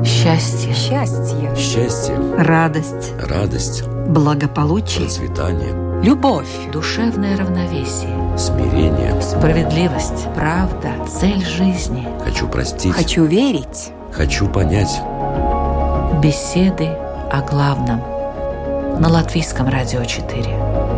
Счастье. Счастье. Счастье. Радость. Радость. Благополучие. Процветание. Любовь. Душевное равновесие. Смирение. Справедливость. Правда. Цель жизни. Хочу простить. Хочу верить. Хочу понять. Беседы о главном. На Латвийском радио 4.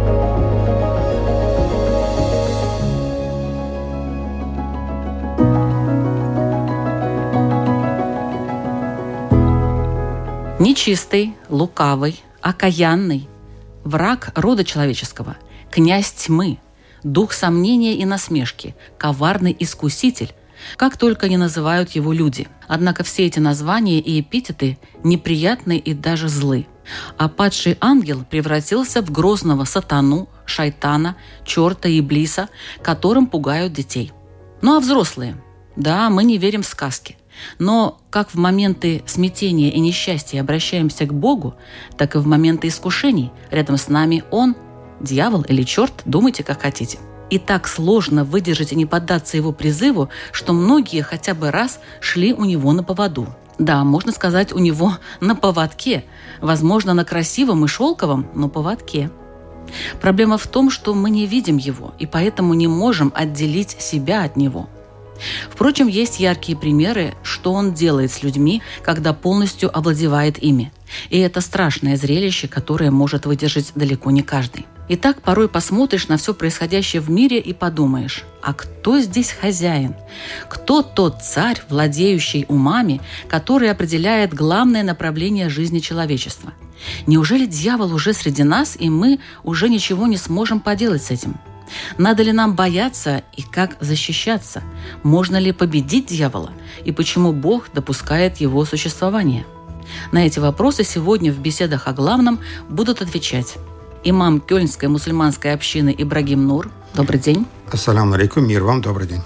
Нечистый, лукавый, окаянный, враг рода человеческого, князь тьмы, дух сомнения и насмешки, коварный искуситель, как только не называют его люди. Однако все эти названия и эпитеты неприятны и даже злы. А падший ангел превратился в грозного сатану, шайтана, черта и иблиса, которым пугают детей. Ну а взрослые? Да, мы не верим в сказки. Но как в моменты смятения и несчастья обращаемся к Богу, так и в моменты искушений рядом с нами Он, дьявол или черт, думайте как хотите. И так сложно выдержать и не поддаться его призыву, что многие хотя бы раз шли у него на поводу. Да, можно сказать, у него на поводке, возможно, на красивом и шелковом, но поводке. Проблема в том, что мы не видим его, и поэтому не можем отделить себя от него. Впрочем, есть яркие примеры, что он делает с людьми, когда полностью овладевает ими. И это страшное зрелище, которое может выдержать далеко не каждый. Итак, порой посмотришь на все происходящее в мире и подумаешь, а кто здесь хозяин? Кто тот царь, владеющий умами, который определяет главное направление жизни человечества? Неужели дьявол уже среди нас, и мы уже ничего не сможем поделать с этим? Надо ли нам бояться и как защищаться? Можно ли победить дьявола? И почему Бог допускает его существование? На эти вопросы сегодня в беседах о главном будут отвечать имам Кёльнской мусульманской общины Ибрагим Нур. Добрый день. Ассаламу алейкум, мир вам, добрый день.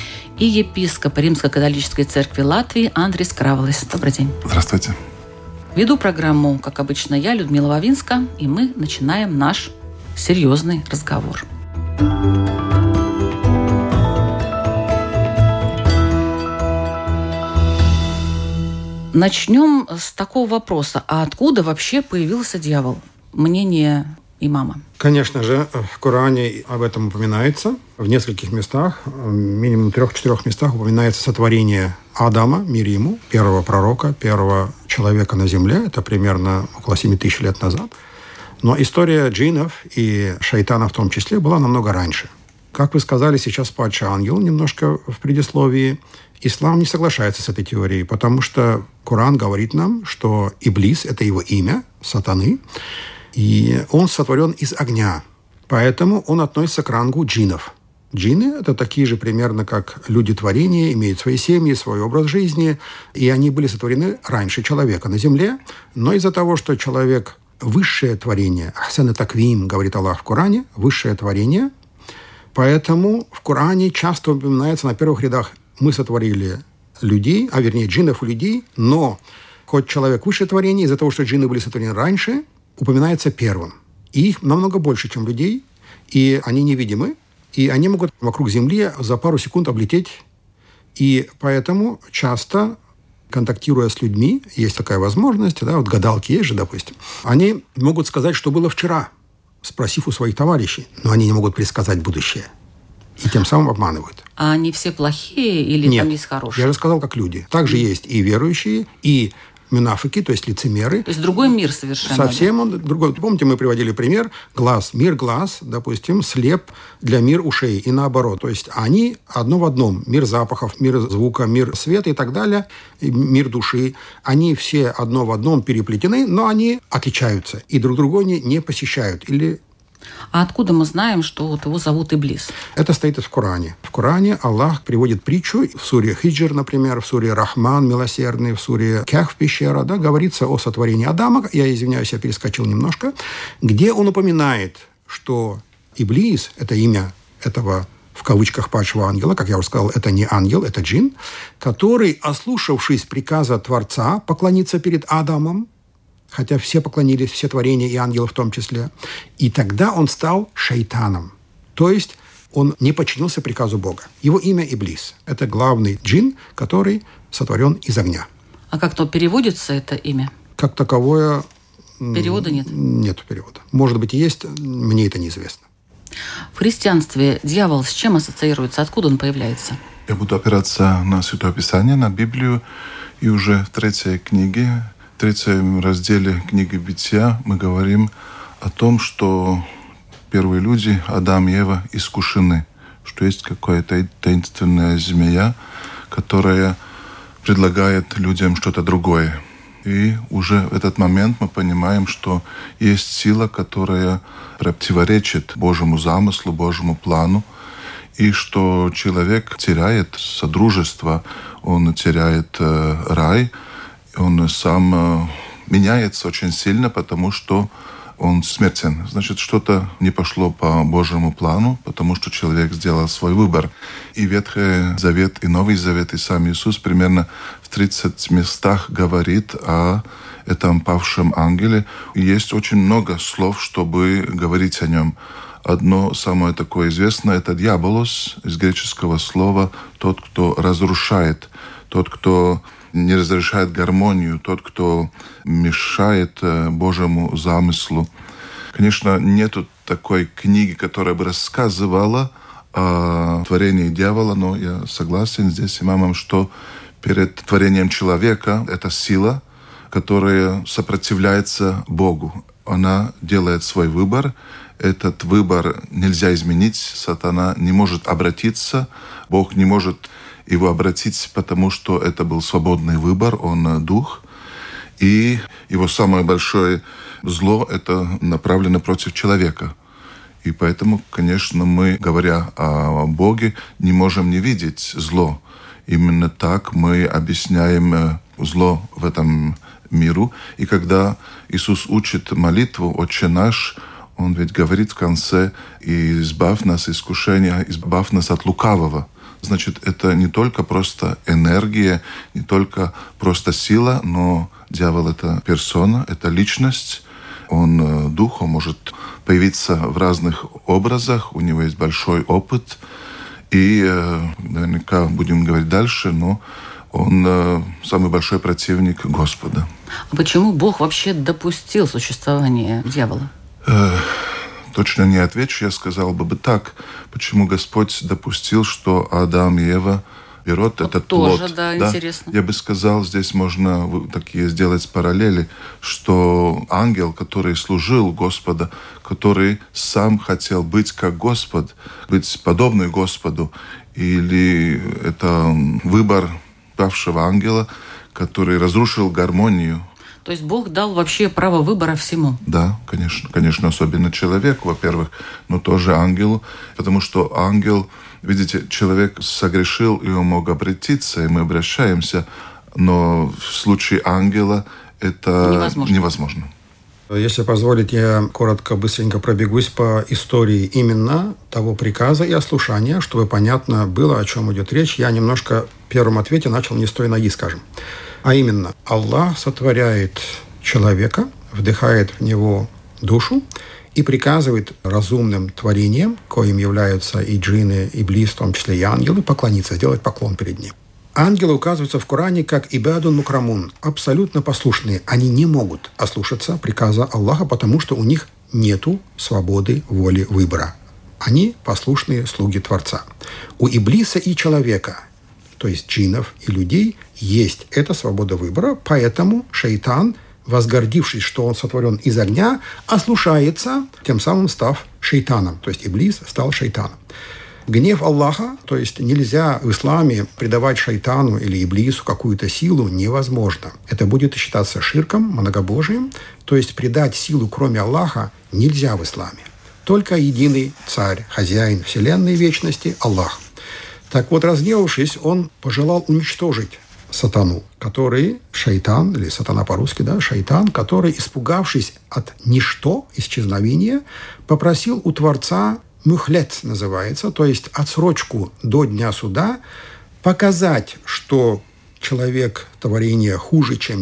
И епископ Римско-католической церкви Латвии Андрис Кравалис. Добрый день. Здравствуйте. Веду программу, как обычно, я, Людмила Вавинска, и мы начинаем наш серьезный разговор. Начнем с такого вопроса. А откуда вообще появился дьявол? Мнение имама. Конечно же, в Коране об этом упоминается. В нескольких местах, минимум 3-4 местах упоминается сотворение Адама, мир ему, первого пророка, первого человека на земле. Это примерно около 7 тысяч лет назад. Но история джиннов и шайтана в том числе была намного раньше. Как вы сказали, сейчас падший ангел, немножко в предисловии. Ислам не соглашается с этой теорией, потому что Коран говорит нам, что Иблис – это его имя, сатаны, и он сотворен из огня. Поэтому он относится к рангу джиннов. Джинны – это такие же примерно, как люди творения, имеют свои семьи, свой образ жизни, и они были сотворены раньше человека на земле. Но из-за того, что человек – высшее творение, ахсан таквим, говорит Аллах в Коране, высшее творение, поэтому в Коране часто упоминается на первых рядах «мы сотворили людей», а вернее джиннов и людей, но хоть человек высшее творение, из-за того, что джинны были сотворены раньше, упоминается первым. И их намного больше, чем людей, и они невидимы, и они могут вокруг Земли за пару секунд облететь. И поэтому часто, контактируя с людьми, есть такая возможность, да, вот гадалки есть же, допустим, они могут сказать, что было вчера, спросив у своих товарищей, но они не могут предсказать будущее. И тем самым обманывают. А они все плохие или Нет, там есть хорошие? Я же сказал, как люди. Также есть и верующие, и мюнафики, то есть лицемеры. То есть другой мир совершенно. Совсем он другой. Помните, мы приводили пример. Глаз, мир глаз, допустим, слеп для мир ушей. И наоборот. То есть они одно в одном. Мир запахов, мир звука, мир света и так далее. И мир души. Они все одно в одном переплетены, но они отличаются. И друг друга не посещают. Или... А откуда мы знаем, что вот его зовут Иблис? Это стоит в Коране. В Коране Аллах приводит притчу в суре Хиджр, например, в суре Рахман, милосердный, в суре Кахф, пещера, да, говорится о сотворении Адама. Я извиняюсь, я перескочил немножко. Где он упоминает, что Иблис, это имя этого, в кавычках, падшего ангела, как я уже сказал, это не ангел, это джин, который, ослушавшись приказа Творца поклониться перед Адамом, хотя все поклонились, все творения и ангелы в том числе. И тогда он стал шайтаном. То есть он не подчинился приказу Бога. Его имя Иблис. Это главный джин, который сотворен из огня. А как-то переводится это имя? Как таковое... Перевода нет? Нет перевода. Может быть, и есть, мне это неизвестно. В христианстве дьявол с чем ассоциируется? Откуда он появляется? Я буду опираться на Святое Писание, на Библию. И уже в 3 книге, в 3 разделе книги Бытия мы говорим о том, что первые люди, Адам и Ева, искушены. Что есть какая-то таинственная змея, которая предлагает людям что-то другое. И уже в этот момент мы понимаем, что есть сила, которая противоречит Божьему замыслу, Божьему плану, и что человек теряет содружество, он теряет рай, он сам меняется очень сильно, потому что он смертен. Значит, что-то не пошло по Божьему плану, потому что человек сделал свой выбор. И Ветхий Завет, и Новый Завет, и сам Иисус примерно в 30 местах говорит о этом павшем ангеле. И есть очень много слов, чтобы говорить о нем. Одно самое такое известное – это «диаболос», из греческого слова «тот, кто разрушает», тот, кто не разрешает гармонию, тот, кто мешает Божьему замыслу. Конечно, нету такой книги, которая бы рассказывала о творении дьявола, но я согласен здесь с имамом, что перед творением человека это сила, которая сопротивляется Богу. Она делает свой выбор. Этот выбор нельзя изменить. Сатана не может обратиться. Бог не может его обратить, потому что это был свободный выбор, он дух. И его самое большое зло – это направлено против человека. И поэтому, конечно, мы, говоря о Боге, не можем не видеть зло. Именно так мы объясняем зло в этом миру. И когда Иисус учит молитву «Отче наш», Он ведь говорит в конце «Избавь нас от искушения, избавь нас от лукавого». Значит, это не только просто энергия, не только просто сила, но дьявол – это персона, это личность. Он дух, он может появиться в разных образах, у него есть большой опыт. И наверняка будем говорить дальше, но он самый большой противник Господа. А почему Бог вообще допустил существование дьявола? Точно не отвечу, я сказал бы так. Почему Господь допустил, что Адам и Ева берут этот плод? Тоже, да, интересно. Я бы сказал, здесь можно такие сделать параллели, что ангел, который служил Господу, который сам хотел быть как Господь, быть подобный Господу, или это выбор павшего ангела, который разрушил гармонию. То есть Бог дал вообще право выбора всему? Да, конечно. Конечно, особенно человеку, во-первых, но тоже ангелу. Потому что ангел, видите, человек согрешил, и он мог обратиться, и мы обращаемся. Но в случае ангела это невозможно. Если позволите, я коротко, быстренько пробегусь по истории именно того приказа и ослушания, чтобы понятно было, о чем идет речь. Я немножко в первом ответе начал не с той ноги, скажем. А именно, Аллах сотворяет человека, вдыхает в него душу и приказывает разумным творениям, коим являются и джинны, и иблис, в том числе и ангелы, поклониться, сделать поклон перед ним. Ангелы указываются в Коране как ибадун мукрамун, абсолютно послушные. Они не могут ослушаться приказа Аллаха, потому что у них нету свободы воли выбора. Они послушные слуги Творца. У иблиса и человека, то есть джиннов и людей, есть эта свобода выбора, поэтому шайтан, возгордившись, что он сотворен из огня, ослушается, тем самым став шайтаном. То есть иблис стал шайтаном. Гнев Аллаха, то есть нельзя в исламе придавать шайтану или иблису какую-то силу, невозможно. Это будет считаться ширком, многобожием. То есть придать силу, кроме Аллаха, нельзя в исламе. Только единый царь, хозяин вселенной вечности – Аллах. Так вот, разгневавшись, он пожелал уничтожить сатану, который, шайтан, или сатана по-русски, да, шайтан, который, испугавшись от ничто, исчезновения, попросил у Творца мухлет называется, то есть отсрочку до дня суда, показать, что человек творения хуже, чем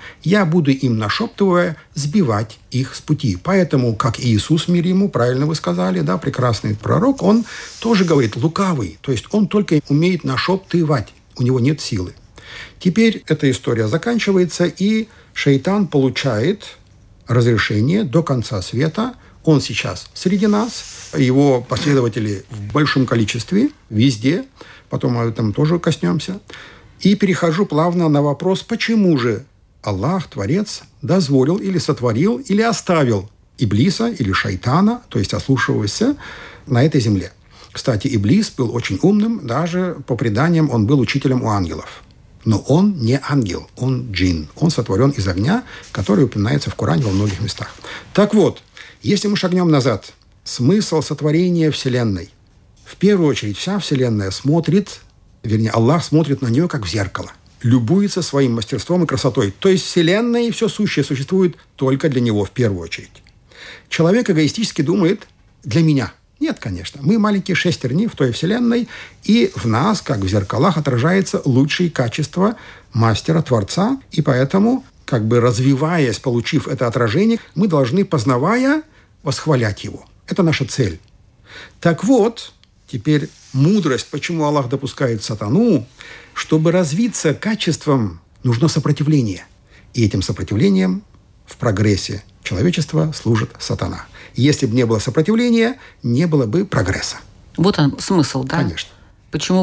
я буду им, нашептывая, сбивать их с пути. Поэтому, как Иисус, мир ему, правильно вы сказали, да, прекрасный пророк, он тоже говорит лукавый, то есть он только умеет нашептывать, у него нет силы. Теперь эта история заканчивается, и шайтан получает разрешение до конца света. Он сейчас среди нас, его последователи в большом количестве, везде. Потом мы этом тоже коснемся. И перехожу плавно на вопрос, почему же Аллах, Творец, дозволил или сотворил, или оставил Иблиса или шайтана, то есть ослушиваясь, на этой земле. Кстати, Иблис был очень умным, даже по преданиям он был учителем у ангелов. Но он не ангел, он джин. Он сотворен из огня, который упоминается в Коране во многих местах. Так вот, если мы шагнем назад, смысл сотворения Вселенной. В первую очередь, вся Вселенная смотрит, вернее, Аллах смотрит на нее, как в зеркало. Любуется своим мастерством и красотой. То есть Вселенная и все сущее существует только для него в первую очередь. Человек эгоистически думает «для меня». Нет, конечно. Мы маленькие шестерни в той Вселенной, и в нас, как в зеркалах, отражается лучшие качества мастера, Творца, и поэтому, как бы развиваясь, получив это отражение, мы должны, познавая, восхвалять его. Это наша цель. Так вот, теперь мудрость, почему Аллах допускает сатану, чтобы развиться качеством, нужно сопротивление. И этим сопротивлением в прогрессе человечества служит сатана. Если бы не было сопротивления, не было бы прогресса. Вот он смысл, да? Конечно. Почему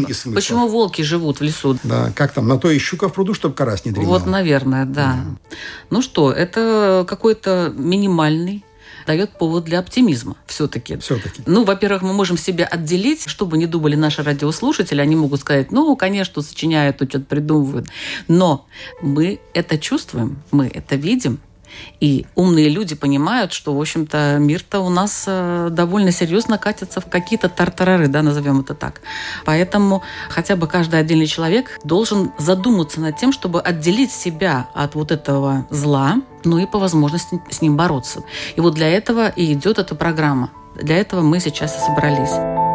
волки живут в лесу? Да, как там, на то и щука в пруду, чтобы карась не дремала. Вот, наверное, да. Ну что, это какой-то минимальный дает повод для оптимизма все-таки. Ну, во-первых, мы можем себя отделить, чтобы не думали наши радиослушатели. Они могут сказать, ну, конечно, сочиняют, что-то придумывают. Но мы это чувствуем, мы это видим. И умные люди понимают, что, в общем-то, мир-то у нас довольно серьезно катится в какие-то тартарары, да, назовем это так. Поэтому хотя бы каждый отдельный человек должен задуматься над тем, чтобы отделить себя от вот этого зла, ну и по возможности с ним бороться. И вот для этого и идет эта программа. Для этого мы сейчас и собрались.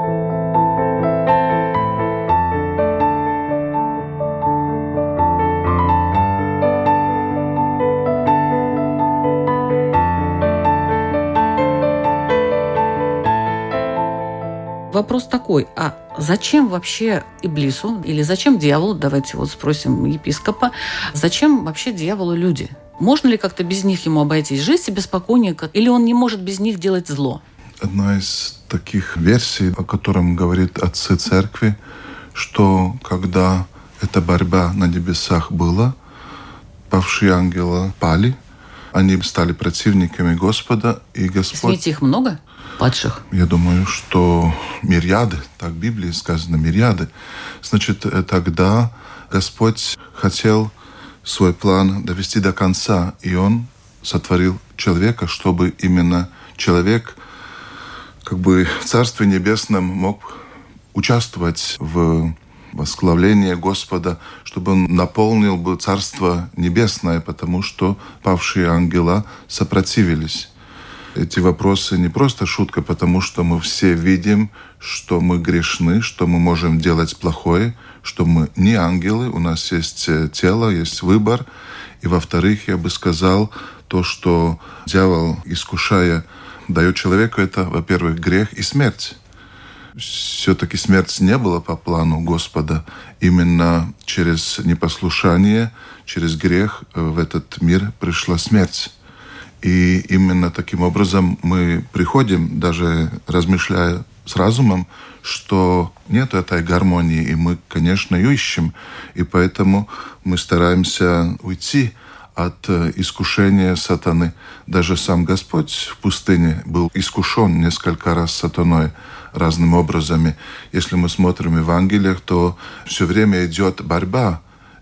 Вопрос такой, а зачем вообще Иблису, или зачем дьяволу, давайте вот спросим епископа, зачем вообще дьяволу люди? Можно ли как-то без них ему обойтись? Жить себе спокойнее, или он не может без них делать зло? Одна из таких версий, о котором говорят отцы церкви, что когда эта борьба на небесах была, павшие ангелы пали, они стали противниками Господа, и Господь... Извините, их много? Падших? Я думаю, что мириады, так в Библии сказано, мириады. Значит, тогда Господь хотел свой план довести до конца, и Он сотворил человека, чтобы именно человек как бы в Царстве Небесном мог участвовать в восславлении Господа, чтобы Он наполнил бы Царство Небесное, потому что павшие ангела сопротивились. Эти вопросы не просто шутка, потому что мы все видим, что мы грешны, что мы можем делать плохое, что мы не ангелы, у нас есть тело, есть выбор. И во-вторых, я бы сказал, то, что дьявол, искушая, дает человеку, это, во-первых, грех и смерть. Все-таки смерть не была по плану Господа. Именно через непослушание, через грех в этот мир пришла смерть. И именно таким образом мы приходим, даже размышляя с разумом, что нет этой гармонии, и мы, конечно, ее ищем. И поэтому мы стараемся уйти от искушения сатаны. Даже сам Господь в пустыне был искушен несколько раз сатаной разными образами. Если мы смотрим в Евангелиях, то все время идет борьба.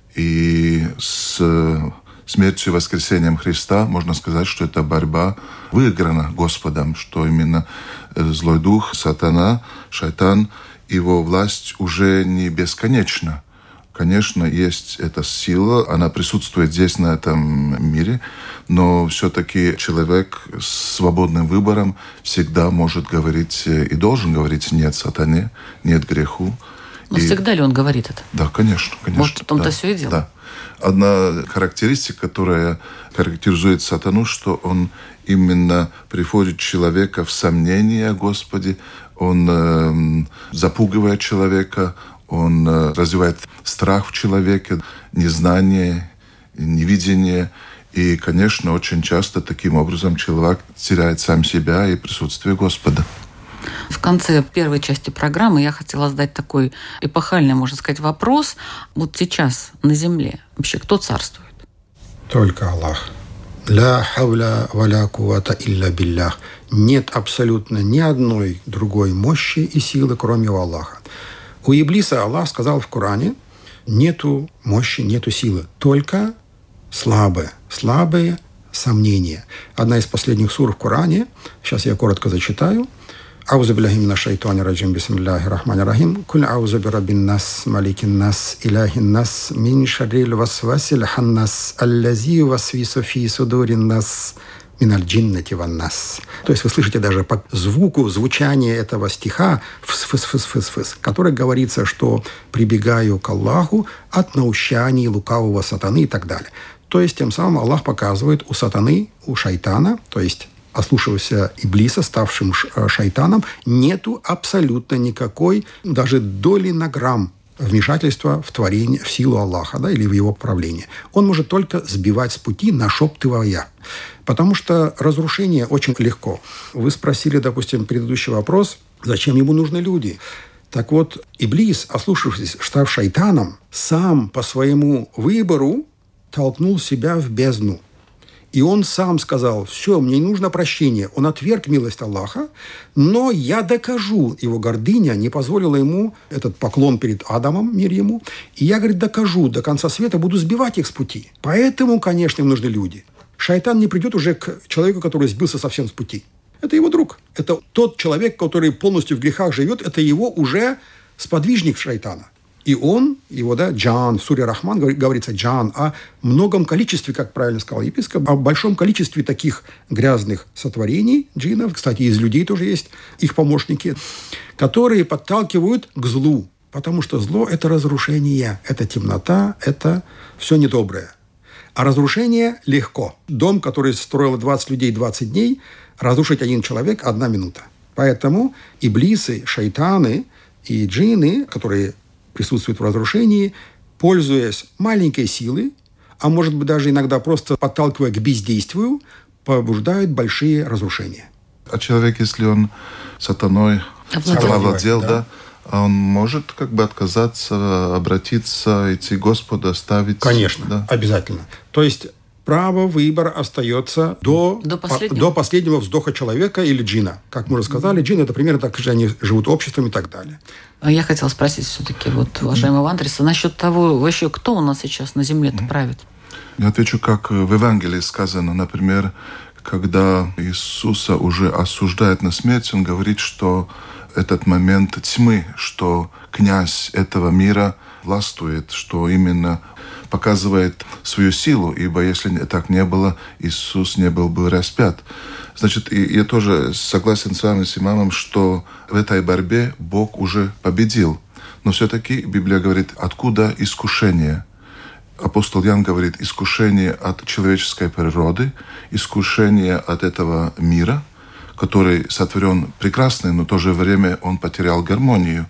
И с смертью и воскресением Христа можно сказать, что эта борьба выиграна Господом, что именно злой дух, сатана, шайтан, его власть уже не бесконечна. Конечно, есть эта сила, она присутствует здесь, на этом мире, но все-таки человек с свободным выбором всегда может говорить и должен говорить «нет» сатане, «нет» греху. Но всегда ли он говорит это? Да, конечно. Может, в том-то да, все и дело? Да. Одна характеристика, которая характеризует сатану, что он именно приводит человека в сомнение о Господе, он запугивает человека, он развивает страх в человеке, незнание, невидение. И, конечно, очень часто таким образом человек теряет сам себя и присутствие Господа. В конце первой части программы я хотела задать такой эпохальный, можно сказать, вопрос. Вот сейчас на земле вообще кто царствует? Только Аллах. «Ля хавля валя кувата илля биллях». Нет абсолютно ни одной другой мощи и силы, кроме у Аллаха. У Иблиса Аллах сказал в Коране: нету мощи, нету силы, только слабые сомнения. Одна из последних сур в Коране, сейчас я коротко зачитаю. «Аузу биллахи минаш шайтанир раджим, бисмиллахир рахманир рахим. Куль аузу бираббин нас, маликин нас, илахин нас, мин шаррил васвасил ханнас, аллази васвису фи судурин нас, миналь джиннати ван нас». То есть вы слышите даже по звуку, звучания этого стиха «фс-фс-фс-фс-фс», в котором говорится, что «прибегаю к Аллаху от наущаний лукавого сатаны» и так далее. То есть тем самым Аллах показывает у сатаны, у шайтана, то есть ослушавшегося Иблиса, ставшим шайтаном, нету абсолютно никакой, даже доли на грамм вмешательства в творение, в силу Аллаха, да, или в его правление. Он может только сбивать с пути, нашептывая. Потому что разрушение очень легко. Вы спросили, допустим, предыдущий вопрос, зачем ему нужны люди? Так вот, Иблис, ослушавшись, став шайтаном, сам по своему выбору толкнул себя в бездну. И он сам сказал: все, мне не нужно прощения. Он отверг милость Аллаха, но я докажу. Его гордыня не позволила ему этот поклон перед Адамом, мир ему. И я, говорит, докажу, до конца света буду сбивать их с пути. Поэтому, конечно, им нужны люди. Шайтан не придет уже к человеку, который сбился совсем с пути. Это его друг. Это тот человек, который полностью в грехах живет. Это его уже сподвижник шайтана. И он, его, да, джан, в суре Рахман говорится джан, о многом количестве, как правильно сказал епископ, о большом количестве таких грязных сотворений джиннов, кстати, из людей тоже есть их помощники, которые подталкивают к злу, потому что зло – это разрушение, это темнота, это все недоброе. А разрушение легко. Дом, который строило 20 людей 20 дней, разрушить один человек – 1 минута. Поэтому иблисы, шайтаны и джинны, которые присутствуют в разрушении, пользуясь маленькой силой, а может быть даже иногда просто подталкивая к бездействию, побуждают большие разрушения. А человек, если он сатаной овладел, да, он может как бы отказаться, обратиться, идти Господу, оставить? Конечно, да? Обязательно. То есть право выбора остается до последнего вздоха человека или джина. Как мы уже сказали, джин – это примерно так же, они живут обществом и так далее. Я хотела спросить все-таки, вот, уважаемого Андреса, насчет того, вообще, кто у нас сейчас на земле-то правит? Я отвечу, как в Евангелии сказано. Например, когда Иисуса уже осуждают на смерть, он говорит, что этот момент тьмы, что князь этого мира властвует, что именно показывает свою силу, ибо если так не было, Иисус не был бы распят. Значит, и я тоже согласен с вами, с имамом, что в этой борьбе Бог уже победил. Но все-таки Библия говорит, откуда искушение? Апостол Иоанн говорит, искушение от человеческой природы, искушение от этого мира, который сотворен прекрасный, но в то же время он потерял гармонию,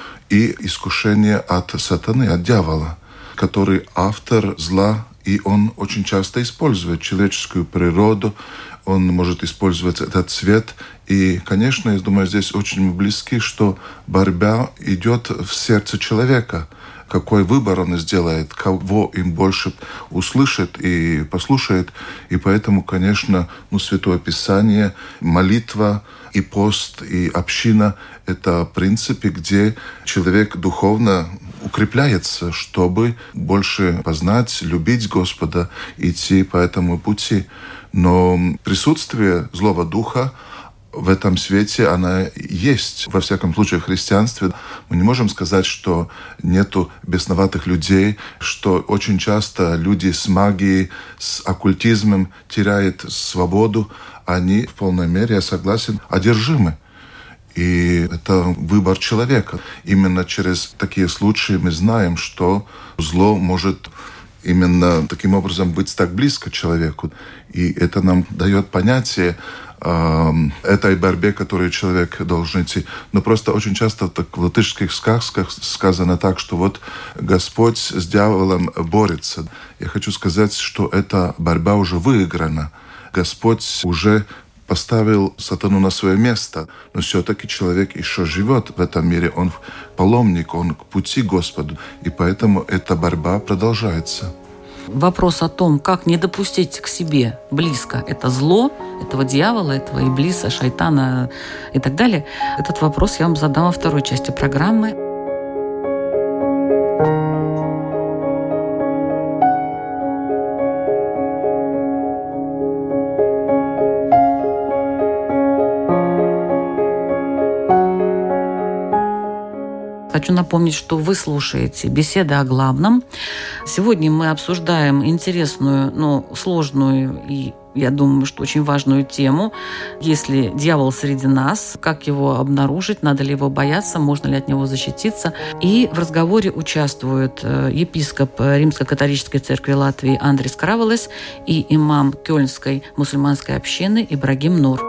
и искушение от сатаны, от дьявола, который автор зла, и он очень часто использует человеческую природу, он может использовать этот цвет. И, конечно, я думаю, здесь очень близки, что борьба идет в сердце человека. Какой выбор он сделает, кого им больше услышит и послушает. И поэтому, конечно, Святое Писание, молитва и пост, и община – это принципы, где человек духовно укрепляется, чтобы больше познать, любить Господа, идти по этому пути. Но присутствие Злого Духа в этом свете, она есть. Во всяком случае, в христианстве мы не можем сказать, что нету бесноватых людей, что очень часто люди с магией, с оккультизмом теряют свободу. Они в полной мере, я согласен, одержимы. И это выбор человека. Именно через такие случаи мы знаем, что зло может именно таким образом быть так близко к человеку. И это нам дает понятие этой борьбе, которую человек должен идти. Но просто очень часто так в латышских сказках сказано так, что вот Господь с дьяволом борется. Я хочу сказать, что эта борьба уже выиграна. Господь уже поставил сатану на свое место, но все-таки человек еще живет в этом мире, он паломник, он к пути к Господу, и поэтому эта борьба продолжается. Вопрос о том, как не допустить к себе близко это зло, этого дьявола, этого иблиса, шайтана и так далее, этот вопрос я вам задам во второй части программы. Хочу напомнить, что вы слушаете «Беседа о главном». Сегодня мы обсуждаем интересную, но сложную и, я думаю, что очень важную тему. Если дьявол среди нас, как его обнаружить, надо ли его бояться, можно ли от него защититься. И в разговоре участвуют епископ Римско-католической церкви Латвии Андрис Кравелес и имам Кёльнской мусульманской общины Ибрагим Нур.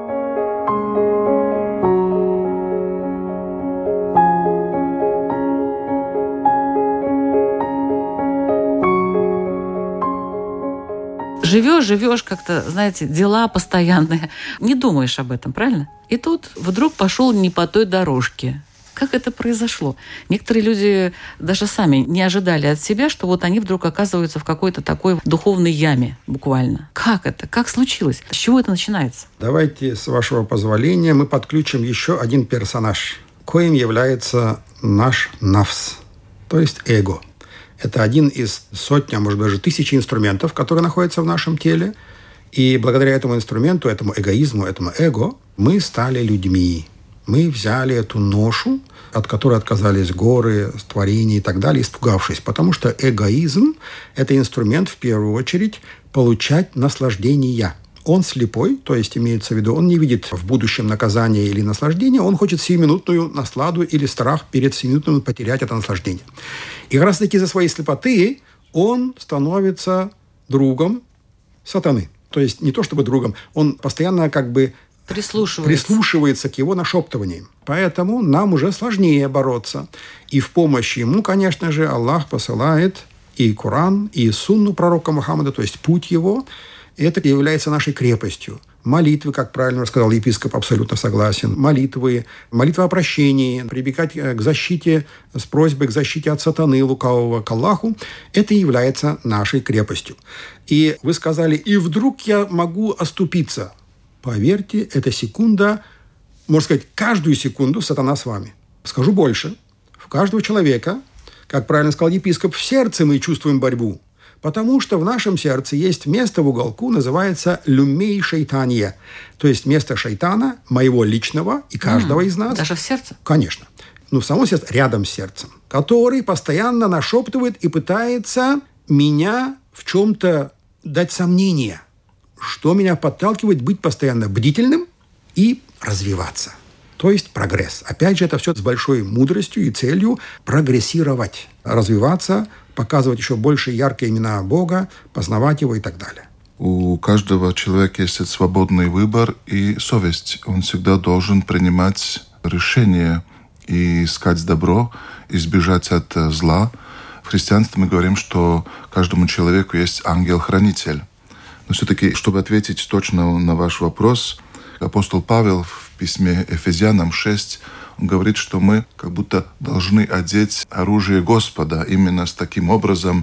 Живешь как-то, знаете, дела постоянные. Не думаешь об этом, правильно? И тут вдруг пошел не по той дорожке. Как это произошло? Некоторые люди даже сами не ожидали от себя, что вот они вдруг оказываются в какой-то такой духовной яме буквально. Как это? Как случилось? С чего это начинается? Давайте, с вашего позволения, мы подключим еще один персонаж, коим является наш нафс, то есть эго. Это один из сотни, а может даже тысячи инструментов, которые находятся в нашем теле. И благодаря этому инструменту, этому эгоизму, этому эго, мы стали людьми. Мы взяли эту ношу, от которой отказались горы, творения и так далее, испугавшись. Потому что эгоизм – это инструмент, в первую очередь, получать наслаждение. Он слепой, то есть имеется в виду, он не видит в будущем наказания или наслаждения, он хочет сиюминутную насладу или страх перед сиюминутным потерять это наслаждение. И как раз таки из-за своей слепоты он становится другом сатаны. То есть не то чтобы другом, он постоянно как бы прислушивается к его нашептываниям. Поэтому нам уже сложнее бороться. И в помощь ему, конечно же, Аллах посылает и Коран, и сунну пророка Мухаммада, то есть путь его. И это является нашей крепостью. Молитвы, как правильно рассказал епископ, абсолютно согласен. Молитва о прощении, прибегать к защите, с просьбой к защите от сатаны лукавого к Аллаху, это является нашей крепостью. И вы сказали, и вдруг я могу оступиться. Поверьте, эта секунда, можно сказать, каждую секунду сатана с вами. Скажу больше. В каждого человека, как правильно сказал епископ, в сердце мы чувствуем борьбу. Потому что в нашем сердце есть место в уголку, называется люмей шайтанье. То есть место шайтана, моего личного и каждого из нас. Даже в сердце? Конечно. В самом сердце, рядом с сердцем. Который постоянно нашептывает и пытается меня в чем-то дать сомнение. Что меня подталкивает быть постоянно бдительным и развиваться. То есть прогресс. Опять же, это все с большой мудростью и целью прогрессировать, развиваться, показывать еще больше яркие имена Бога, познавать его и так далее. У каждого человека есть свободный выбор и совесть. Он всегда должен принимать решения и искать добро, избежать от зла. В христианстве мы говорим, что каждому человеку есть ангел-хранитель. Но все-таки, чтобы ответить точно на ваш вопрос, апостол Павел в письме Ефесянам 6, он говорит, что мы как будто должны одеть оружие Господа, именно с таким образом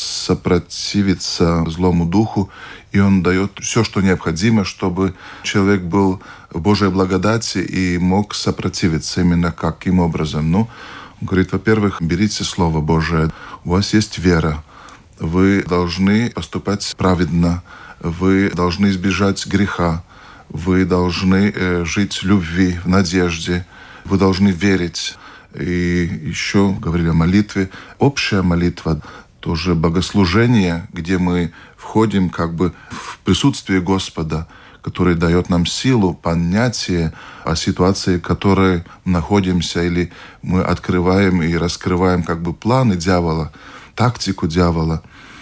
сопротивиться злому духу. И он дает все, что необходимо, чтобы человек был в Божьей благодати и мог сопротивиться именно каким образом. Он говорит, во-первых, берите Слово Божие, у вас есть вера, вы должны поступать праведно, вы должны избежать греха, вы должны жить в любви, в надежде, вы должны верить. И еще говорили о молитве. Общая молитва, тоже богослужение, где мы входим как бы в присутствие Господа, который дает нам силу, понятие о ситуации, в которой находимся, или мы открываем и раскрываем как бы планы дьявола, тактику дьявола.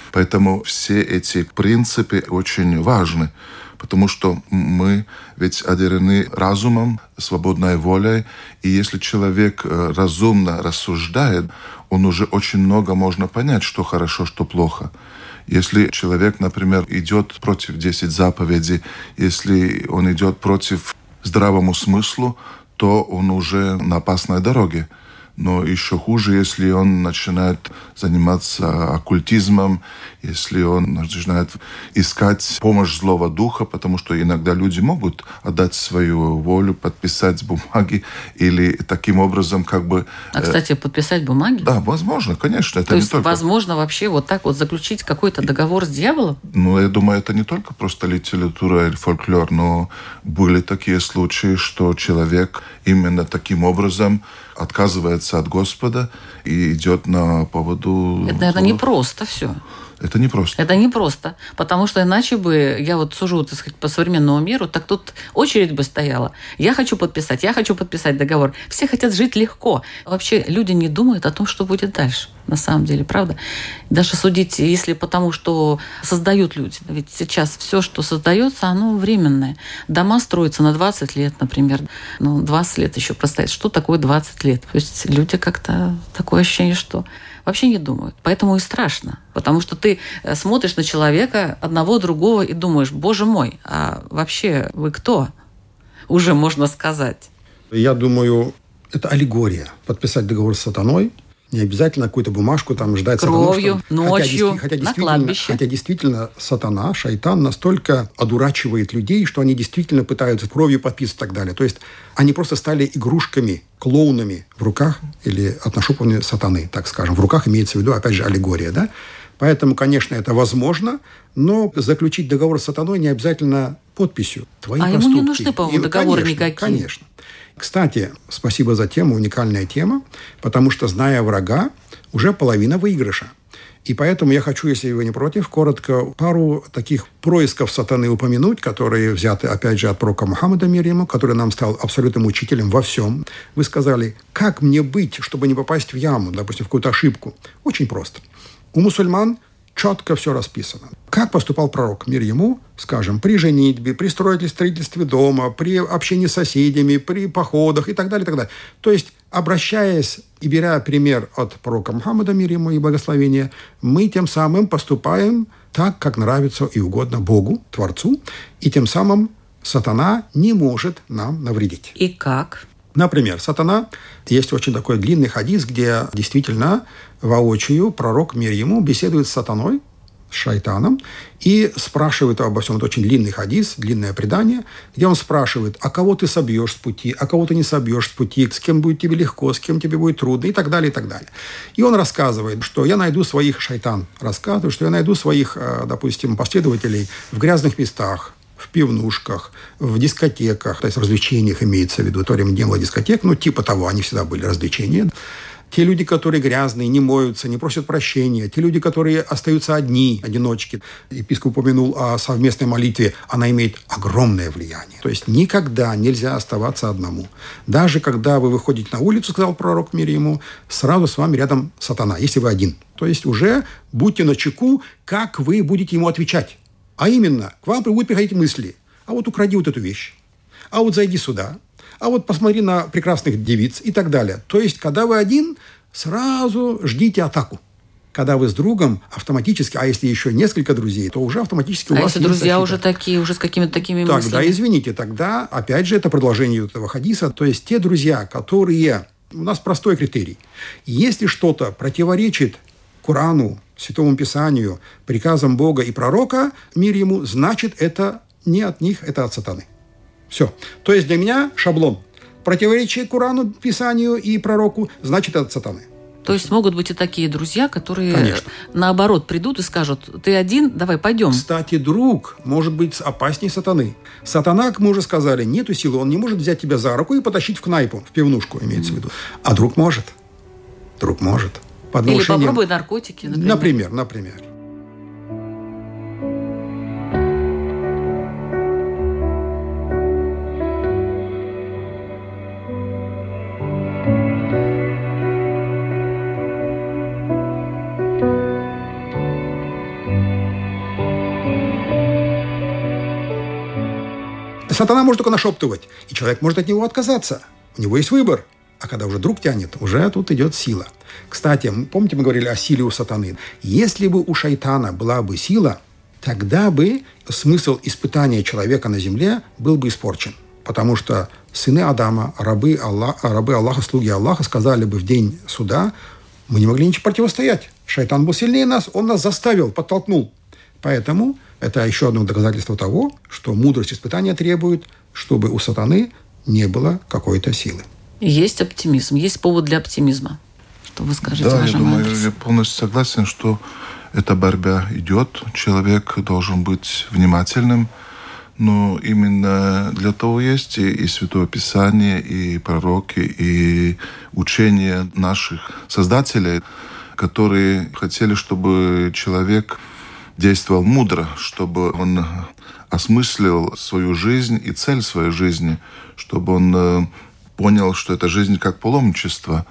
Поэтому все эти принципы очень важны, потому что мы ведь одарены разумом, свободной волей, и если человек разумно рассуждает, он уже очень много можно понять, что хорошо, что плохо. Если человек, например, идет против 10 заповедей, если он идет против здравому смыслу, то он уже на опасной дороге. Но еще хуже, если он начинает заниматься оккультизмом, если он начинает искать помощь злого духа, потому что иногда люди могут отдать свою волю, подписать бумаги или таким образом как бы... Кстати, подписать бумаги? Да, возможно, конечно. Это То не есть, только... возможно, вообще вот так вот заключить какой-то договор с дьяволом? Ну, я думаю, это не только просто литература или фольклор, но были такие случаи, что человек именно таким образом отказывается от Господа и идет на поводу... Это, наверное, не просто все. Это не просто. Это не просто, потому что иначе бы, я вот сужу, так сказать, по современному миру, так тут очередь бы стояла. Я хочу подписать договор. Все хотят жить легко. Вообще люди не думают о том, что будет дальше, на самом деле, правда? Даже судить, если потому, что создают люди. Ведь сейчас все, что создается, оно временное. Дома строятся на 20 лет, например. 20 лет еще простоять. Что такое 20 лет? То есть люди как-то такое ощущение, что вообще не думают. Поэтому и страшно. Потому что ты смотришь на человека, одного, другого, и думаешь, боже мой, а вообще вы кто? Уже можно сказать. Я думаю, это аллегория. Подписать договор с сатаной. Не обязательно какую-то бумажку там ждать кровью, сатану, ночью, на кладбище. Хотя действительно сатана, шайтан настолько одурачивает людей, что они действительно пытаются кровью подписывать и так далее. То есть они просто стали игрушками, клоунами в руках, или от нашупывания сатаны, так скажем. В руках имеется в виду, опять же, аллегория. Да? Поэтому, конечно, это возможно, но заключить договор с сатаной не обязательно подписью. Твои поступки. Ему не нужны, по-моему, договоры никакие. Конечно. Кстати, спасибо за тему, уникальная тема, потому что, зная врага, уже половина выигрыша. И поэтому я хочу, если вы не против, коротко пару таких происков сатаны упомянуть, которые взяты, опять же, от пророка Мухаммада, мир ему, который нам стал абсолютным учителем во всем. Вы сказали, как мне быть, чтобы не попасть в яму, допустим, в какую-то ошибку? Очень просто. У мусульман четко все расписано. Как поступал пророк, мир ему, скажем, при женитьбе, при строительстве дома, при общении с соседями, при походах и так далее, и так далее. То есть, обращаясь и беря пример от пророка Мухаммада, мир ему и благословения, мы тем самым поступаем так, как нравится и угодно Богу, Творцу, и тем самым сатана не может нам навредить. И как? Например, сатана, есть очень такой длинный хадис, где действительно воочию пророк, мир ему, беседует с сатаной, с шайтаном, и спрашивает обо всем. Это очень длинный хадис, длинное предание, где он спрашивает, а кого ты собьешь с пути, а кого ты не собьешь с пути, с кем будет тебе легко, с кем тебе будет трудно, и так далее, и так далее. И он рассказывает, что я найду своих, шайтан рассказывает, что я найду своих, допустим, последователей в грязных местах, в пивнушках, в дискотеках, то есть развлечениях имеется в виду. В то время не было дискотек, типа того, они всегда были развлечения. Те люди, которые грязные, не моются, не просят прощения. Те люди, которые остаются одни, одиночки. Епископ упомянул о совместной молитве. Она имеет огромное влияние. То есть никогда нельзя оставаться одному. Даже когда вы выходите на улицу, сказал пророк, мир ему, сразу с вами рядом сатана, если вы один. То есть уже будьте начеку, как вы будете ему отвечать. А именно, к вам будут приходить мысли. А вот укради вот эту вещь. А вот зайди сюда. А вот посмотри на прекрасных девиц и так далее. То есть, когда вы один, сразу ждите атаку. Когда вы с другом, автоматически, а если еще несколько друзей, то уже автоматически у вас если друзья защита. Уже такие, уже с какими-то такими мыслями? Тогда, извините, тогда, опять же, это продолжение этого хадиса. То есть, те друзья, которые... У нас простой критерий. Если что-то противоречит Корану, Святому Писанию, приказам Бога и пророка, мир ему, значит, это не от них, это от сатаны. Все. То есть для меня шаблон. Противоречие Корану, Писанию и пророку, значит, это от сатаны. То есть могут быть и такие друзья, которые, конечно, наоборот придут и скажут, ты один, давай пойдем. Кстати, друг может быть опаснее сатаны. Сатана, как мы уже сказали, нету силы, он не может взять тебя за руку и потащить в кнайпу, в пивнушку, имеется в виду. А друг может. Друг может. Или попробуй наркотики, например. Например. Сатана может только нашептывать, и человек может от него отказаться. У него есть выбор. А когда уже друг тянет, уже тут идет сила. Кстати, помните, мы говорили о силе у сатаны? Если бы у шайтана была бы сила, тогда бы смысл испытания человека на земле был бы испорчен. Потому что сыны Адама, рабы Аллаха, слуги Аллаха, сказали бы в день суда: мы не могли ничего противостоять. Шайтан был сильнее нас, он нас заставил, подтолкнул. Поэтому это еще одно доказательство того, что мудрость испытания требует, чтобы у сатаны не было какой-то силы. Есть оптимизм, есть повод для оптимизма. Что вы скажете в вашем адресе? Я полностью согласен, что эта борьба идет. Человек должен быть внимательным. Но именно для того есть и Святое Писание, и пророки, и учения наших создателей, которые хотели, чтобы человек действовал мудро, чтобы он осмыслил свою жизнь и цель своей жизни, чтобы он понял, что эта жизнь как паломничество.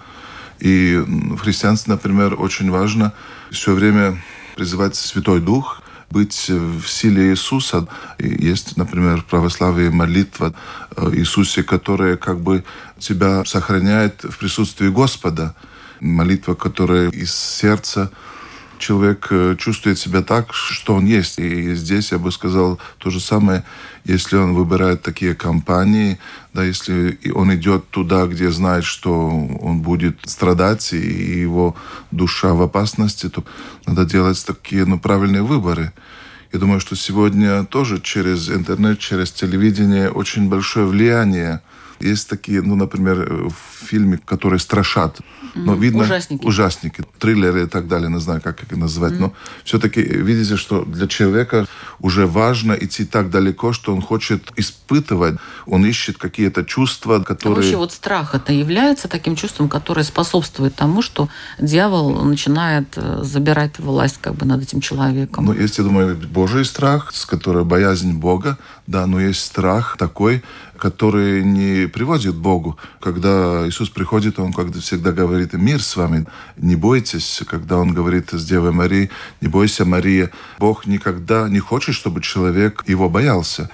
И в христианстве, например, очень важно все время призывать Святой Дух, быть в силе Иисуса. И есть, например, в православии молитва Иисусе, которая как бы тебя сохраняет в присутствии Господа. Молитва, которая из сердца человек чувствует себя так, что он есть. И здесь я бы сказал то же самое, если он выбирает такие компании, да, если он идет туда, где знает, что он будет страдать, и его душа в опасности, то надо делать такие правильные выборы. Я думаю, что сегодня тоже через интернет, через телевидение очень большое влияние. Есть такие, например, фильмы, которые страшат. Но видно, ужасники, триллеры и так далее, не знаю, как их назвать. Но все-таки видите, что для человека уже важно идти так далеко, что он хочет испытывать, он ищет какие-то чувства, которые... А вообще страх это является таким чувством, которое способствует тому, что дьявол начинает забирать власть над этим человеком. Есть, я думаю, Божий страх, с которой боязнь Бога, да, но есть страх такой, который не приводит к Богу. Когда Иисус приходит, Он всегда говорит: «Мир с вами, не бойтесь». Когда Он говорит с Девой Марией: «Не бойся, Мария». Бог никогда не хочет, чтобы человек его боялся.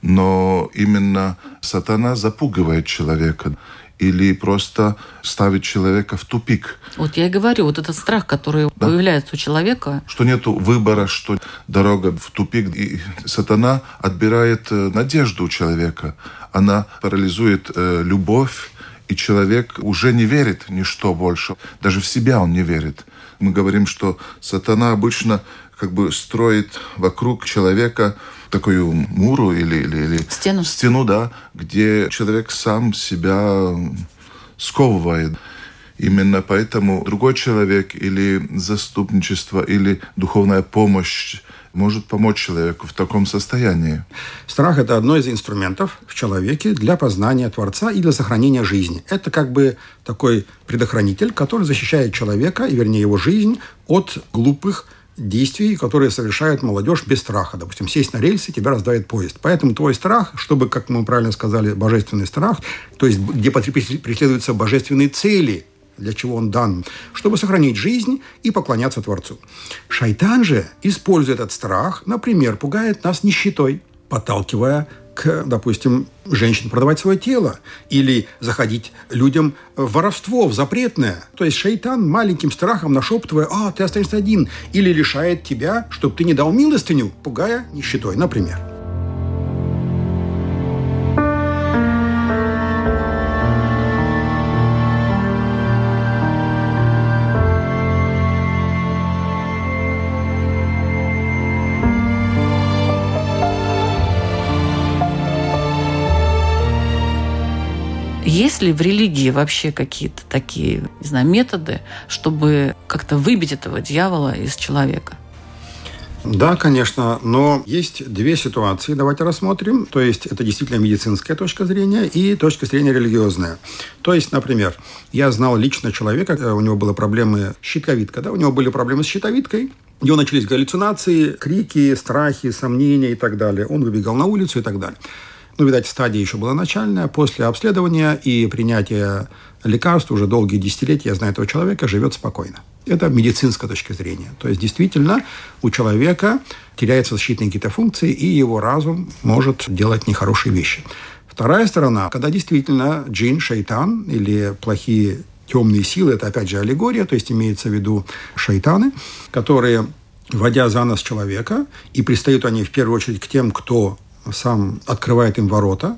Но именно сатана запугивает человека или просто ставит человека в тупик. Я и говорю, этот страх, который появляется у человека. Что нету выбора, что дорога в тупик. И сатана отбирает надежду у человека. Она парализует любовь, и человек уже не верит ни что больше. Даже в себя он не верит. Мы говорим, что сатана обычно строит вокруг человека такую муру или стену, да, где человек сам себя сковывает. Именно поэтому другой человек или заступничество, или духовная помощь может помочь человеку в таком состоянии. Страх – это одно из инструментов в человеке для познания Творца и для сохранения жизни. Это такой предохранитель, который защищает человека, и вернее его жизнь, от глупых действий, которые совершает молодежь без страха. Допустим, сесть на рельсы, тебя раздавит поезд. Поэтому твой страх, чтобы, как мы правильно сказали, божественный страх, то есть где преследуются божественные цели, для чего он дан, чтобы сохранить жизнь и поклоняться Творцу. Шайтан же, используя этот страх, например, пугает нас нищетой, подталкивая к, допустим, женщин продавать свое тело или заходить людям в воровство, в запретное. То есть шайтан маленьким страхом нашептывая: ты останешься один, или лишает тебя, чтобы ты не дал милостыню, пугая нищетой, например. Есть ли в религии вообще какие-то такие, методы, чтобы как-то выбить этого дьявола из человека? Да, конечно, но есть две ситуации, давайте рассмотрим. То есть это действительно медицинская точка зрения и точка зрения религиозная. То есть, например, я знал лично человека, у него были проблемы с щитовидкой, у него были проблемы с щитовидкой, у него начались галлюцинации, крики, страхи, сомнения и так далее. Он выбегал на улицу и так далее. Видать, стадия еще была начальная. После обследования и принятия лекарств уже долгие десятилетия, я знаю этого человека, живет спокойно. Это медицинская точка зрения. То есть, действительно, у человека теряются защитные какие-то функции, и его разум может делать нехорошие вещи. Вторая сторона, когда действительно джин, шайтан или плохие темные силы, это опять же аллегория, то есть имеется в виду шайтаны, которые, водя за нос человека, и пристают они в первую очередь к тем, кто сам открывает им ворота,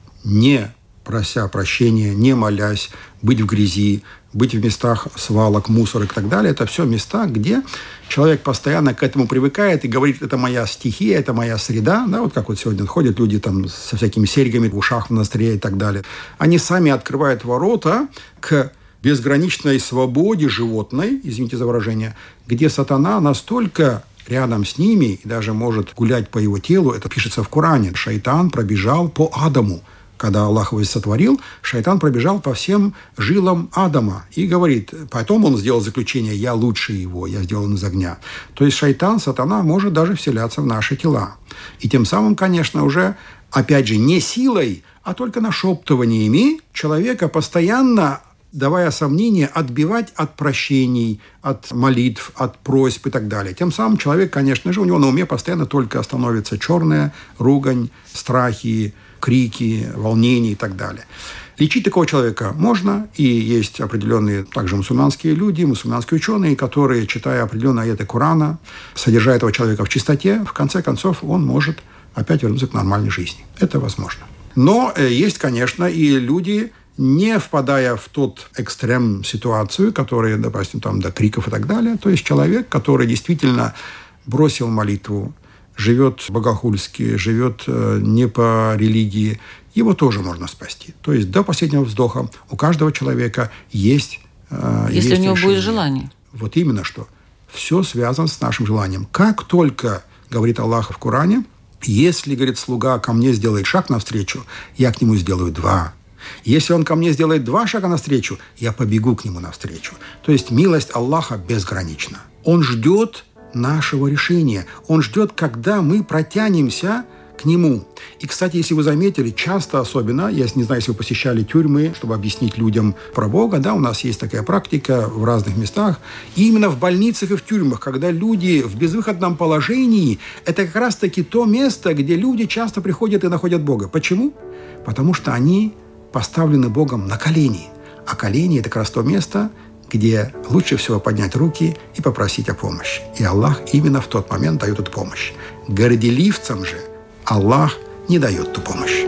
не прося прощения, не молясь, быть в грязи, быть в местах свалок, мусора и так далее. Это все места, где человек постоянно к этому привыкает и говорит, это моя стихия, это моя среда. Да, вот как вот сегодня ходят люди там со всякими серьгами в ушах, в ностре и так далее. Они сами открывают ворота к безграничной свободе животной, извините за выражение, где сатана настолько рядом с ними и даже может гулять по его телу. Это пишется в Коране. Шайтан пробежал по Адаму. Когда Аллах его сотворил, шайтан пробежал по всем жилам Адама и говорит, потом он сделал заключение, я лучше его, я сделан из огня. То есть шайтан, сатана может даже вселяться в наши тела. И тем самым, конечно, уже, опять же, не силой, а только нашептываниями человека постоянно, давая сомнения, отбивать от прощений, от молитв, от просьб и так далее. Тем самым человек, конечно же, у него на уме постоянно только становится черная ругань, страхи, крики, волнения и так далее. Лечить такого человека можно, и есть определенные также мусульманские люди, мусульманские ученые, которые, читая определенные аяты Корана, содержа этого человека в чистоте, в конце концов он может опять вернуться к нормальной жизни. Это возможно. Но есть, конечно, и люди, не впадая в тот экстрем ситуацию, которая, допустим, там до криков и так далее, то есть человек, который действительно бросил молитву, живет богохульски, живет не по религии, его тоже можно спасти. То есть до последнего вздоха у каждого человека есть если есть у него решение. будет желание. Вот именно что. Все связано с нашим желанием. Как только, говорит Аллах в Коране, если, говорит, слуга ко мне сделает шаг навстречу, я к нему сделаю 2. Если он ко мне сделает 2 шага навстречу, я побегу к нему навстречу. То есть милость Аллаха безгранична. Он ждет нашего решения. Он ждет, когда мы протянемся к нему. И, кстати, если вы заметили, часто особенно, я не знаю, если вы посещали тюрьмы, чтобы объяснить людям про Бога, да, у нас есть такая практика в разных местах, и именно в больницах и в тюрьмах, когда люди в безвыходном положении, это как раз-таки то место, где люди часто приходят и находят Бога. Почему? Потому что они поставлены Богом на колени. А колени – это как раз то место, где лучше всего поднять руки и попросить о помощи. И Аллах именно в тот момент дает эту помощь. Горделивцам же Аллах не дает ту помощь.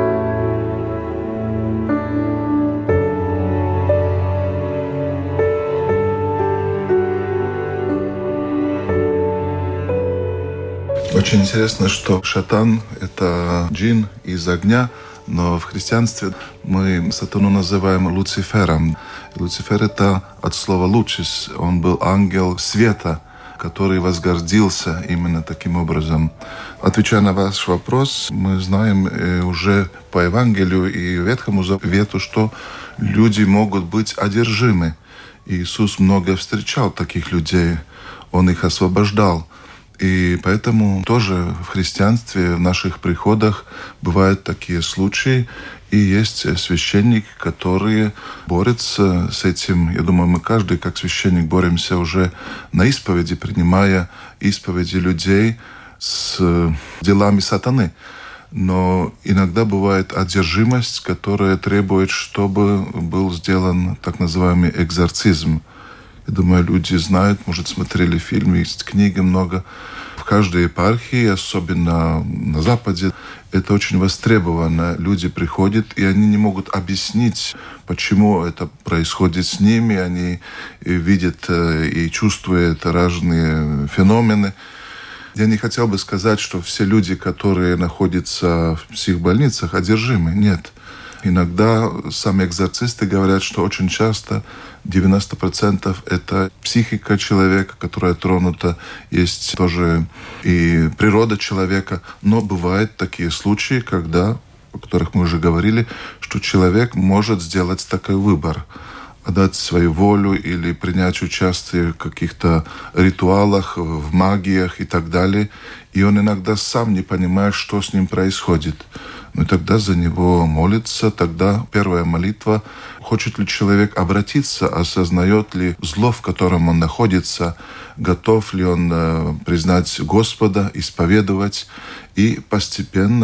Очень интересно, что шайтан – это джин из огня, но в христианстве мы сатану называем Люцифером. Люцифер – это от слова «лучис». Он был ангел света, который возгордился именно таким образом. Отвечая на ваш вопрос, мы знаем уже по Евангелию и Ветхому Завету, что люди могут быть одержимы. Иисус много встречал таких людей, Он их освобождал. И поэтому тоже в христианстве, в наших приходах бывают такие случаи, и есть священники, которые борются с этим. Я думаю, мы каждый, как священник, боремся уже на исповеди, принимая исповеди людей с делами сатаны. Но иногда бывает одержимость, которая требует, чтобы был сделан так называемый экзорцизм. Я думаю, люди знают, может, смотрели фильмы, есть книги много. В каждой епархии, особенно на Западе, это очень востребовано. Люди приходят, и они не могут объяснить, почему это происходит с ними. Они видят и чувствуют разные феномены. Я не хотел бы сказать, что все люди, которые находятся в психбольницах, одержимы. Нет. Иногда сами экзорцисты говорят, что очень часто 90% это психика человека, которая тронута, есть тоже и природа человека. Но бывают такие случаи, когда, о которых мы уже говорили, что человек может сделать такой выбор. отдать свою волю или принять участие в каких-то ритуалах, в магиях и так далее. И он иногда сам не понимает, что с ним происходит. Но тогда за него молится, тогда первая молитва. Хочет ли человек обратиться, осознает ли зло, в котором он находится, готов ли он признать Господа, исповедовать. И постепенно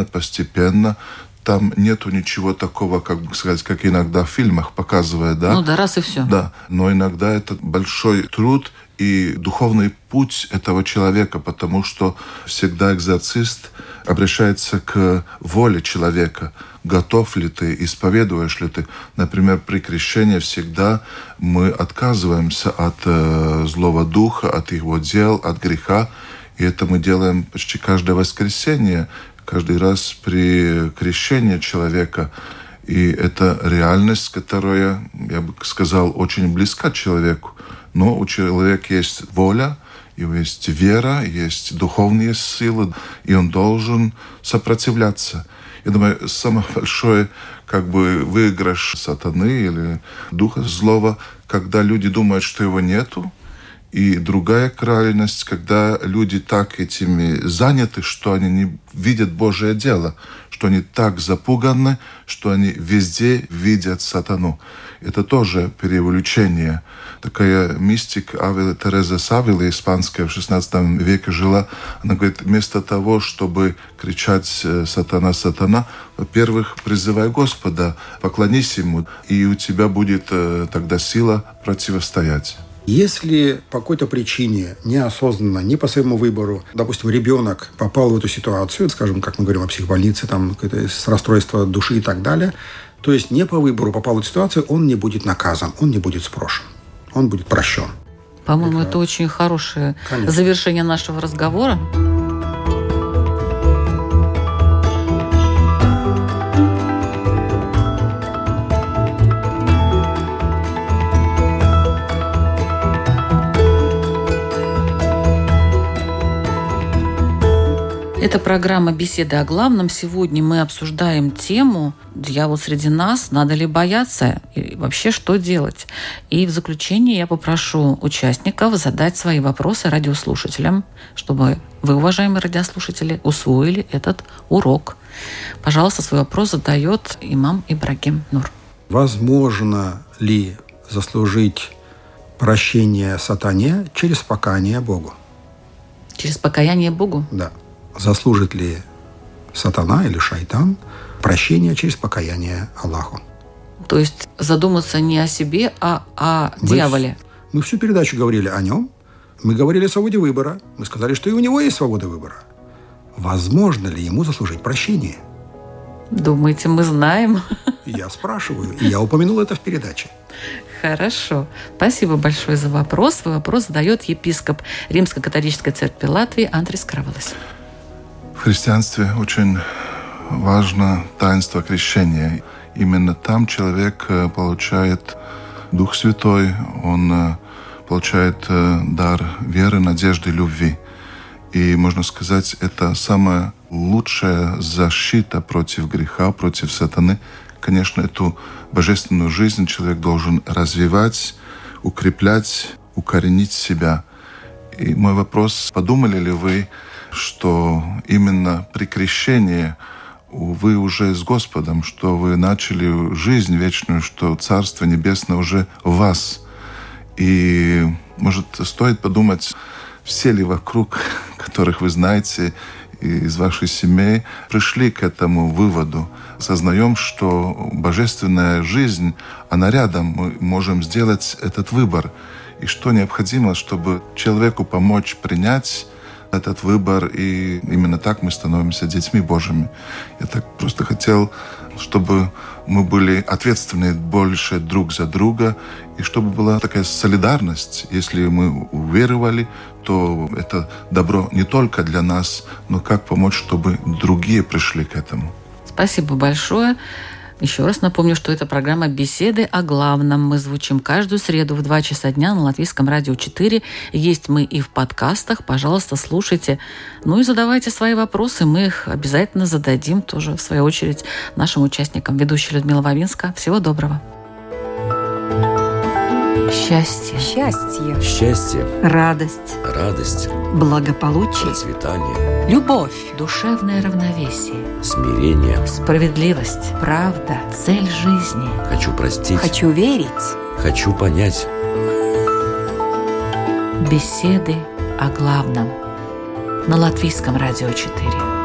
там нету ничего такого, как бы сказать, как иногда в фильмах показывают, да? Ну да, раз и все. Да, но иногда это большой труд и духовный путь этого человека, потому что всегда экзорцист обращается к воле человека. Готов ли ты, исповедуешь ли ты? Например, при крещении всегда мы отказываемся от злого духа, от его дел, от греха. И это мы делаем почти каждое воскресенье, каждый раз при крещении человека. И это реальность, которая, я бы сказал, очень близка человеку. Но у человека есть воля, его есть вера, есть духовные силы, и он должен сопротивляться. Я думаю, самый большой выигрыш сатаны или духа злого, когда люди думают, что его нету. И другая крайность, когда люди так этими заняты, что они не видят Божие дело, что они так запуганы, что они везде видят сатану. Это тоже переувеличение. Такая мистика Тереза Савила, испанская, в XVI веке жила. Она говорит, вместо того, чтобы кричать «Сатана, сатана», во-первых, призывай Господа, поклонись Ему, и у тебя будет тогда сила противостоять. Если по какой-то причине, неосознанно, не по своему выбору, допустим, ребенок попал в эту ситуацию, скажем, как мы говорим о психбольнице, там, с расстройства души и так далее, то есть не по выбору попал в эту ситуацию, он не будет наказан, он не будет спрошен, он будет прощен. По-моему, это очень хорошее завершение нашего разговора. Это программа «Беседы о главном». Сегодня мы обсуждаем тему «Дьявол среди нас. Надо ли бояться? И вообще, что делать?» И в заключение я попрошу участников задать свои вопросы радиослушателям, чтобы вы, уважаемые радиослушатели, усвоили этот урок. Пожалуйста, свой вопрос задает имам Ибрагим Нур. Возможно ли заслужить прощение сатане через покаяние Богу? Через покаяние Богу? Да. Заслужит ли сатана или шайтан прощение через покаяние Аллаху? То есть задуматься не о себе, а о дьяволе. Мы всю передачу говорили о нем. Мы говорили о свободе выбора. Мы сказали, что и у него есть свобода выбора. Возможно ли ему заслужить прощение? Думаете, мы знаем? Я спрашиваю. И я упомянул это в передаче. Хорошо. Спасибо большое за вопрос. Свой вопрос задает епископ Римско-католической церкви Латвии Андрис Кравалас. В христианстве очень важно таинство крещения. Именно там человек получает Дух Святой, он получает дар веры, надежды, любви. И, можно сказать, это самая лучшая защита против греха, против сатаны. Конечно, эту божественную жизнь человек должен развивать, укреплять, укоренить себя. И мой вопрос, подумали ли вы, что именно при крещении вы уже с Господом, что вы начали жизнь вечную, что Царство Небесное уже в вас. И, может, стоит подумать, все ли вокруг, которых вы знаете, из вашей семьи, пришли к этому выводу. Сознаем, что божественная жизнь, она рядом, мы можем сделать этот выбор. И что необходимо, чтобы человеку помочь принять этот выбор, и именно так мы становимся детьми Божьими. Я так просто хотел, чтобы мы были ответственны больше друг за друга, и чтобы была такая солидарность. Если мы уверовали, то это добро не только для нас, но как помочь, чтобы другие пришли к этому. Спасибо большое. Еще раз напомню, что это программа «Беседы о главном». Мы звучим каждую среду в 2 часа дня на Латвийском радио 4. Есть мы и в подкастах. Пожалуйста, слушайте. Ну и задавайте свои вопросы. Мы их обязательно зададим тоже, в свою очередь, нашим участникам. Ведущая Людмила Вавинска. Всего доброго. Счастье. Счастье. Счастье, радость, радость, благополучие, процветание, Любовь. Душевное равновесие. смирение. Справедливость. Правда. Цель жизни. Хочу простить. Хочу верить. Хочу понять. Беседы о главном. На Латвийском радио 4.